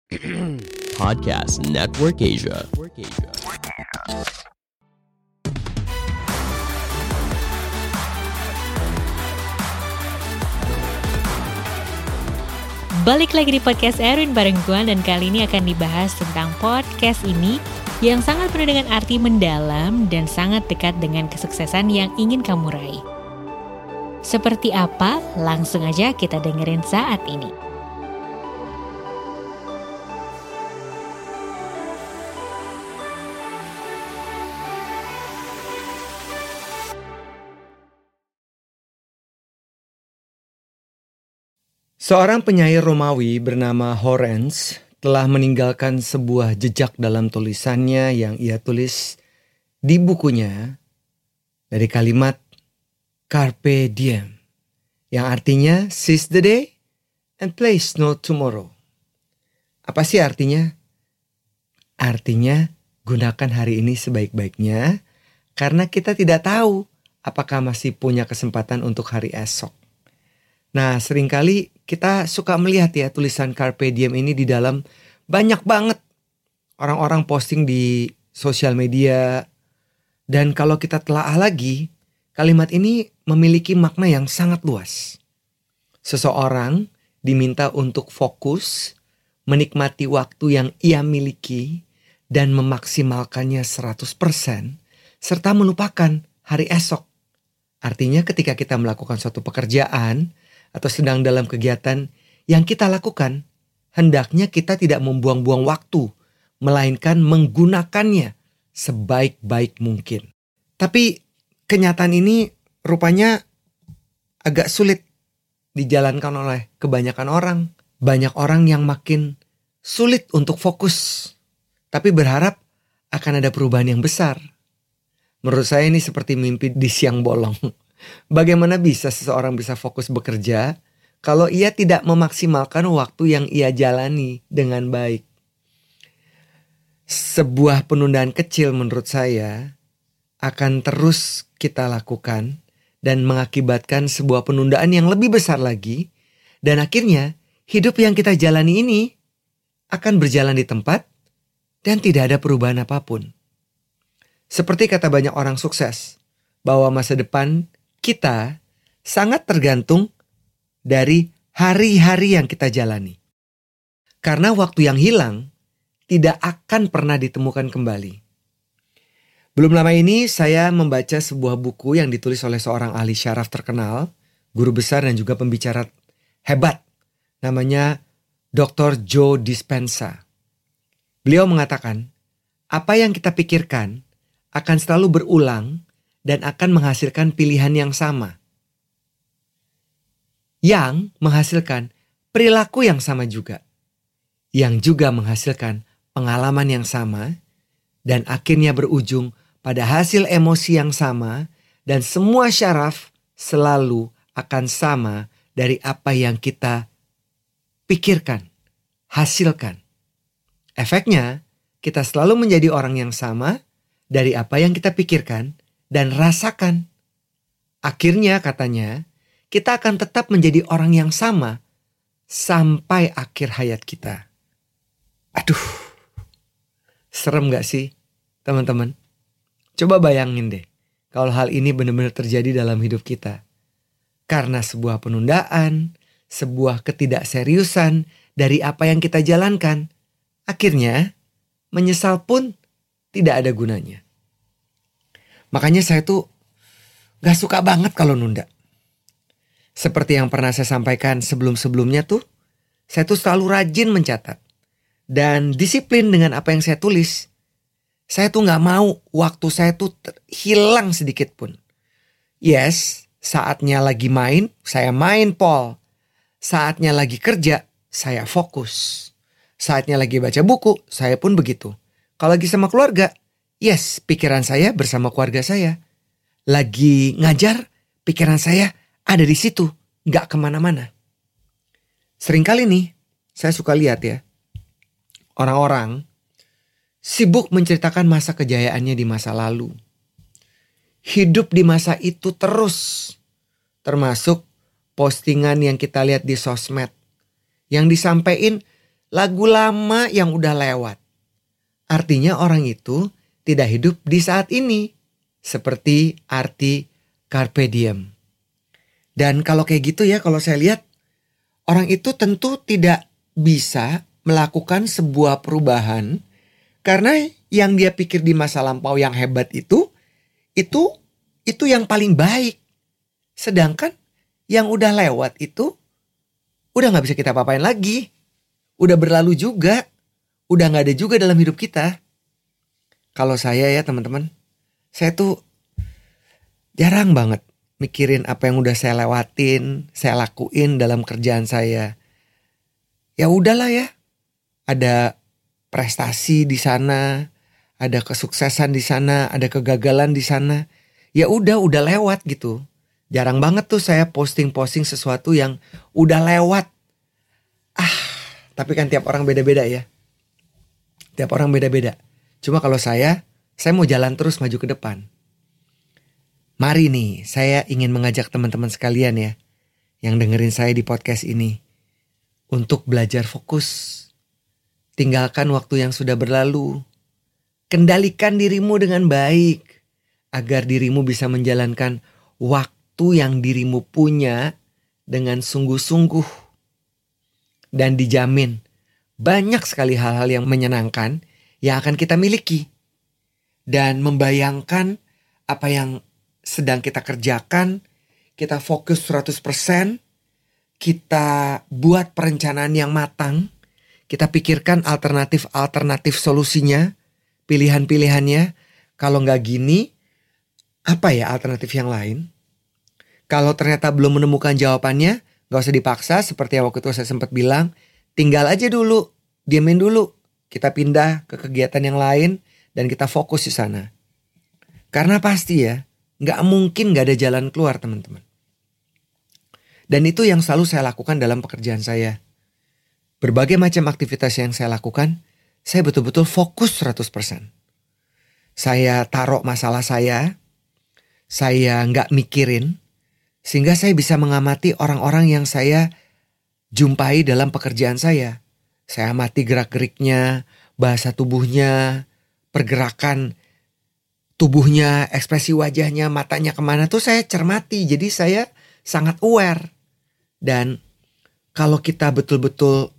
Podcast Network Asia. Balik lagi di podcast Erwin bareng Guan, dan kali ini akan dibahas tentang podcast ini yang sangat penuh dengan arti mendalam dan sangat dekat dengan kesuksesan yang ingin kamu raih. Seperti apa? Langsung aja kita dengerin saat ini. Seorang penyair Romawi bernama Horace telah meninggalkan sebuah jejak dalam tulisannya yang ia tulis di bukunya dari kalimat Carpe Diem, yang artinya seize the day and place no tomorrow. Apa sih artinya? Artinya gunakan hari ini sebaik-baiknya karena kita tidak tahu apakah masih punya kesempatan untuk hari esok. Nah, seringkali kita suka melihat ya tulisan Carpe Diem ini di dalam banyak banget orang-orang posting di sosial media. Dan kalau kita telaah lagi, kalimat ini memiliki makna yang sangat luas. Seseorang diminta untuk fokus, menikmati waktu yang ia miliki, dan memaksimalkannya 100%, serta melupakan hari esok. Artinya ketika kita melakukan suatu pekerjaan, atau sedang dalam kegiatan yang kita lakukan, hendaknya kita tidak membuang-buang waktu, melainkan menggunakannya sebaik-baik mungkin. Tapi kenyataan ini rupanya agak sulit dijalankan oleh kebanyakan orang. Banyak orang yang makin sulit untuk fokus, tapi berharap akan ada perubahan yang besar. Menurut saya ini seperti mimpi di siang bolong. Bagaimana bisa seseorang bisa fokus bekerja kalau ia tidak memaksimalkan waktu yang ia jalani dengan baik? Sebuah penundaan kecil menurut saya akan terus kita lakukan dan mengakibatkan sebuah penundaan yang lebih besar lagi, dan akhirnya hidup yang kita jalani ini akan berjalan di tempat dan tidak ada perubahan apapun. Seperti kata banyak orang sukses, bahwa masa depan kita sangat tergantung dari hari-hari yang kita jalani. Karena waktu yang hilang tidak akan pernah ditemukan kembali. Belum lama ini saya membaca sebuah buku yang ditulis oleh seorang ahli syaraf terkenal, guru besar dan juga pembicara hebat. Namanya Dr. Joe Dispenza. Beliau mengatakan, apa yang kita pikirkan akan selalu berulang dan akan menghasilkan pilihan yang sama, yang menghasilkan perilaku yang sama juga, yang juga menghasilkan pengalaman yang sama, dan akhirnya berujung pada hasil emosi yang sama, dan semua syaraf selalu akan sama dari apa yang kita pikirkan, hasilkan. Efeknya, kita selalu menjadi orang yang sama dari apa yang kita pikirkan dan rasakan. Akhirnya katanya, kita akan tetap menjadi orang yang sama sampai akhir hayat kita. Aduh, serem gak sih teman-teman? Coba bayangin deh, kalau hal ini benar-benar terjadi dalam hidup kita. Karena sebuah penundaan, sebuah ketidakseriusan dari apa yang kita jalankan, akhirnya menyesal pun tidak ada gunanya. Makanya saya tuh gak suka banget kalau nunda. Seperti yang pernah saya sampaikan sebelum-sebelumnya tuh, saya tuh selalu rajin mencatat. Dan disiplin dengan apa yang saya tulis. Saya tuh gak mau waktu saya tuh hilang sedikit pun. Yes, saatnya lagi main, saya main Paul. Saatnya lagi kerja, saya fokus. Saatnya lagi baca buku, saya pun begitu. Kalau lagi sama keluarga, yes, pikiran saya bersama keluarga saya. Lagi ngajar, pikiran saya ada di situ, gak kemana-mana. Seringkali nih, saya suka lihat ya, orang-orang sibuk menceritakan masa kejayaannya di masa lalu. Hidup di masa itu terus. Termasuk postingan yang kita lihat di sosmed. Yang disampaikan lagu lama yang udah lewat. Artinya orang itu tidak hidup di saat ini. Seperti arti carpe diem. Dan kalau kayak gitu ya, kalau saya lihat, orang itu tentu tidak bisa melakukan sebuah perubahan. Karena yang dia pikir di masa lampau yang hebat itu yang paling baik. Sedangkan yang udah lewat itu udah gak bisa kita apa-apain lagi. Udah berlalu juga. Udah gak ada juga dalam hidup kita. Kalau saya ya teman-teman, saya tuh jarang banget mikirin apa yang udah saya lewatin, saya lakuin dalam kerjaan saya. Ya udahlah ya. Ada prestasi di sana, ada kesuksesan di sana, ada kegagalan di sana. Ya udah lewat gitu. Jarang banget tuh saya posting sesuatu yang udah lewat. Tapi kan tiap orang beda-beda ya. Tiap orang beda-beda. Cuma kalau saya mau jalan terus maju ke depan. Mari nih, saya ingin mengajak teman-teman sekalian ya, yang dengerin saya di podcast ini, untuk belajar fokus. Tinggalkan waktu yang sudah berlalu. Kendalikan dirimu dengan baik, agar dirimu bisa menjalankan waktu yang dirimu punya dengan sungguh-sungguh. Dan dijamin banyak sekali hal-hal yang menyenangkan yang akan kita miliki. Dan membayangkan apa yang sedang kita kerjakan, kita fokus 100%, kita buat perencanaan yang matang, kita pikirkan alternatif solusinya, pilihan-pilihannya. Kalau nggak gini, apa ya alternatif yang lain? Kalau ternyata belum menemukan jawabannya, nggak usah dipaksa. Seperti yang waktu itu saya sempat bilang, tinggal aja dulu, diamin dulu. Kita pindah ke kegiatan yang lain dan kita fokus di sana. Karena pasti ya, nggak mungkin nggak ada jalan keluar teman-teman. Dan itu yang selalu saya lakukan dalam pekerjaan saya. Berbagai macam aktivitas yang saya lakukan, saya betul-betul fokus 100%. Saya taruh masalah saya nggak mikirin, sehingga saya bisa mengamati orang-orang yang saya jumpai dalam pekerjaan saya. Saya amati gerak-geriknya, bahasa tubuhnya, pergerakan tubuhnya, ekspresi wajahnya, matanya kemana tuh saya cermati. Jadi saya sangat aware. Dan kalau kita betul-betul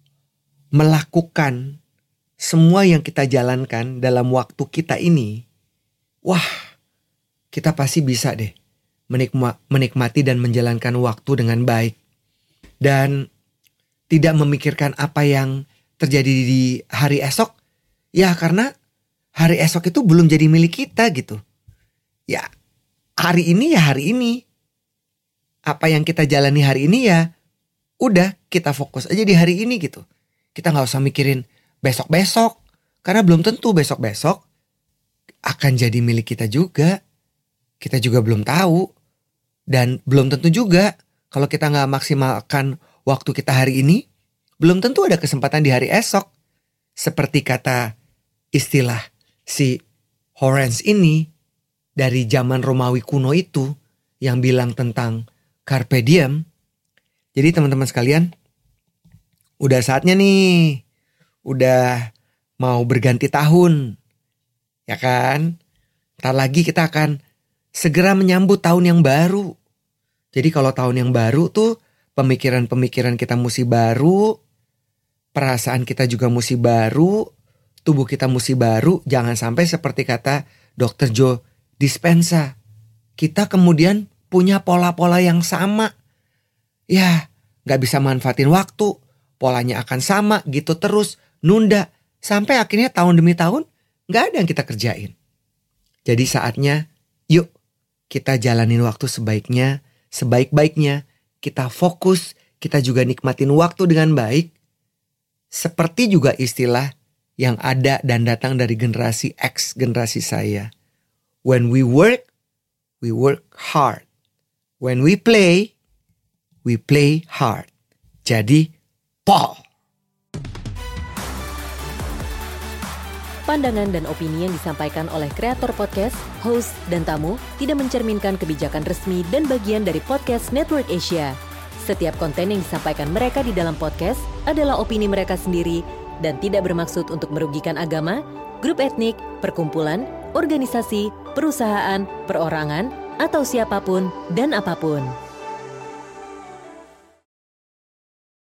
melakukan semua yang kita jalankan dalam waktu kita ini, wah, kita pasti bisa deh menikmati dan menjalankan waktu dengan baik. Dan tidak memikirkan apa yang terjadi di hari esok. Ya karena hari esok itu belum jadi milik kita gitu. Ya hari ini ya hari ini. Apa yang kita jalani hari ini ya udah kita fokus aja di hari ini gitu. Kita gak usah mikirin besok-besok. Karena belum tentu besok-besok akan jadi milik kita juga. Kita juga belum tahu. Dan belum tentu juga kalau kita gak maksimalkan waktu kita hari ini, belum tentu ada kesempatan di hari esok. Seperti kata istilah si Horace ini dari zaman Romawi kuno itu yang bilang tentang carpe diem. Jadi teman-teman sekalian, udah saatnya nih, udah mau berganti tahun, ya kan? Ntar lagi kita akan segera menyambut tahun yang baru. Jadi kalau tahun yang baru tuh pemikiran-pemikiran kita mesti baru, perasaan kita juga mesti baru, tubuh kita mesti baru. Jangan sampai seperti kata Dr. Joe Dispenza, kita kemudian punya pola-pola yang sama. Ya, gak bisa manfaatin waktu, polanya akan sama gitu terus, nunda. Sampai akhirnya tahun demi tahun gak ada yang kita kerjain. Jadi saatnya, yuk kita jalanin waktu sebaiknya, sebaik-baiknya. Kita fokus, kita juga nikmatin waktu dengan baik. Seperti juga istilah yang ada dan datang dari generasi X, generasi saya. When we work hard. When we play hard. Jadi, Paul. Pandangan dan opini yang disampaikan oleh kreator podcast, host, dan tamu tidak mencerminkan kebijakan resmi dan bagian dari Podcast Network Asia. Setiap konten yang disampaikan mereka di dalam podcast adalah opini mereka sendiri dan tidak bermaksud untuk merugikan agama, grup etnik, perkumpulan, organisasi, perusahaan, perorangan, atau siapapun dan apapun.